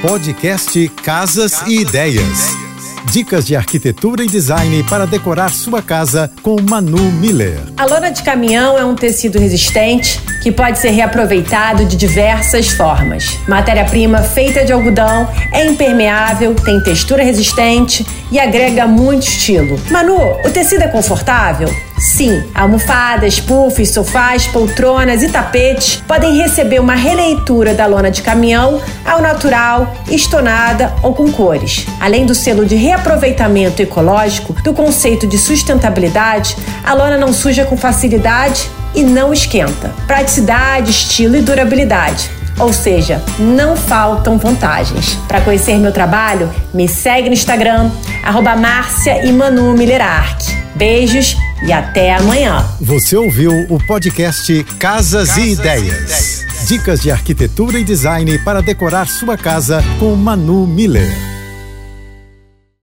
Podcast Casas e Ideias. Dicas de arquitetura e design para decorar sua casa com Manu Miller. A lona de caminhão é um tecido resistente que pode ser reaproveitado de diversas formas. Matéria-prima feita de algodão, é impermeável, tem textura resistente e agrega muito estilo. Manu, o tecido é confortável? Sim, almofadas, puffs, sofás, poltronas e tapetes podem receber uma releitura da lona de caminhão ao natural, estonada ou com cores. Além do selo de reaproveitamento ecológico, do conceito de sustentabilidade, a lona não suja com facilidade e não esquenta. Praticidade, estilo e durabilidade. Ou seja, não faltam vantagens. Para conhecer meu trabalho, me segue no Instagram, @Marcia_e_Manu_Miller_Arch. Beijos e até amanhã. Você ouviu o podcast Casas e Ideias. Dicas de arquitetura e design para decorar sua casa com Manu Miller.